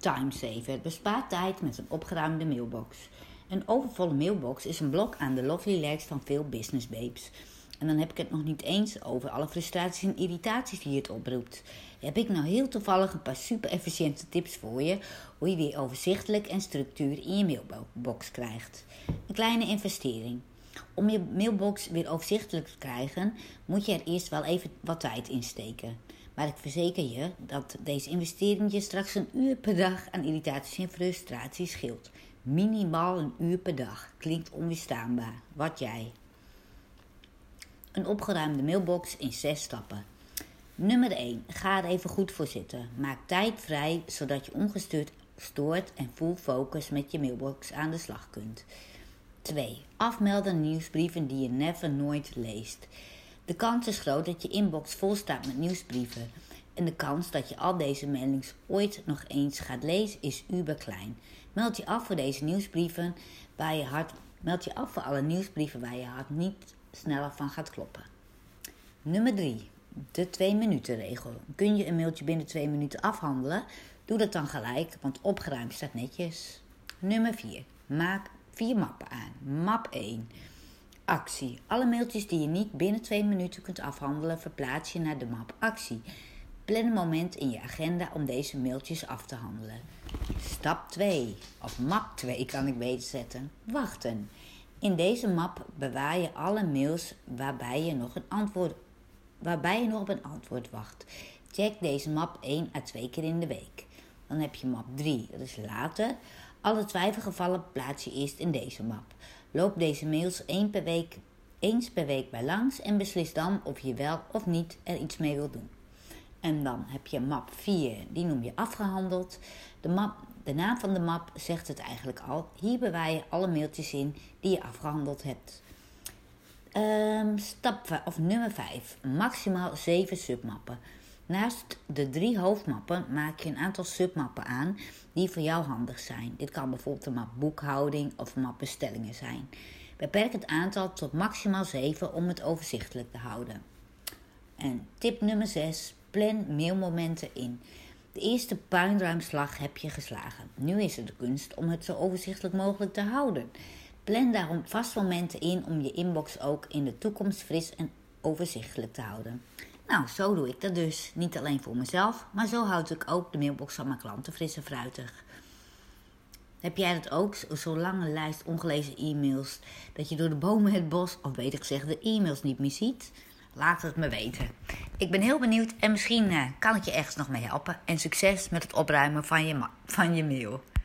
Timesaver bespaart tijd met een opgeruimde mailbox. Een overvolle mailbox is een blok aan de lovely legs van veel business babes. En dan heb ik het nog niet eens over alle frustraties en irritaties die het oproept. Heb ik nou heel toevallig een paar super efficiënte tips voor je, hoe je weer overzichtelijk en structuur in je mailbox krijgt. Een kleine investering. Om je mailbox weer overzichtelijk te krijgen, moet je er eerst wel even wat tijd in steken. Maar ik verzeker je dat deze investering je straks een uur per dag aan irritaties en frustraties scheelt. Minimaal een uur per dag. Klinkt onweerstaanbaar. Wat jij? Een opgeruimde mailbox in 6 stappen. Nummer 1. Ga er even goed voor zitten. Maak tijd vrij, zodat je ongestoord en full focus met je mailbox aan de slag kunt. 2. Afmelden nieuwsbrieven die je nooit leest. De kans is groot dat je inbox vol staat met nieuwsbrieven. En de kans dat je al deze mailings ooit nog eens gaat lezen is uberklein. Meld je af voor deze nieuwsbrieven meld je af voor alle nieuwsbrieven waar je hart niet sneller van gaat kloppen. Nummer 3. De 2-minuten regel. Kun je een mailtje binnen 2 minuten afhandelen? Doe dat dan gelijk, want opgeruimd staat netjes. Nummer 4. Maak 4 mappen aan. Map 1. Actie. Alle mailtjes die je niet binnen 2 minuten kunt afhandelen, verplaats je naar de map actie. Plan een moment in je agenda om deze mailtjes af te handelen. Stap 2. Of map 2 kan ik beter zetten. Wachten. In deze map bewaar je alle mails waarbij je nog op een antwoord wacht. Check deze map 1 à 2 keer in de week. Dan heb je map 3, dat is later. Alle twijfelgevallen plaats je eerst in deze map. Loop deze mails eens per week bij langs en beslis dan of je wel of niet er iets mee wilt doen. En dan heb je map 4, die noem je afgehandeld. De naam van de map zegt het eigenlijk al. Hier bewaar je alle mailtjes in die je afgehandeld hebt. Nummer 5. Maximaal 7 submappen. Naast de 3 hoofdmappen maak je een aantal submappen aan die voor jou handig zijn. Dit kan bijvoorbeeld de map boekhouding of map bestellingen zijn. Beperk het aantal tot maximaal 7 om het overzichtelijk te houden. En tip nummer 6. Plan mailmomenten in. De eerste puinruimslag heb je geslagen. Nu is het de kunst om het zo overzichtelijk mogelijk te houden. Plan daarom vast momenten in om je inbox ook in de toekomst fris en overzichtelijk te houden. Nou, zo doe ik dat dus. Niet alleen voor mezelf, maar zo houd ik ook de mailbox van mijn klanten fris en fruitig. Heb jij dat ook? Zo'n lange lijst ongelezen e-mails dat je door de bomen het bos, of beter gezegd de e-mails niet meer ziet? Laat het me weten. Ik ben heel benieuwd en misschien kan ik je ergens nog mee helpen. En succes met het opruimen van je mail.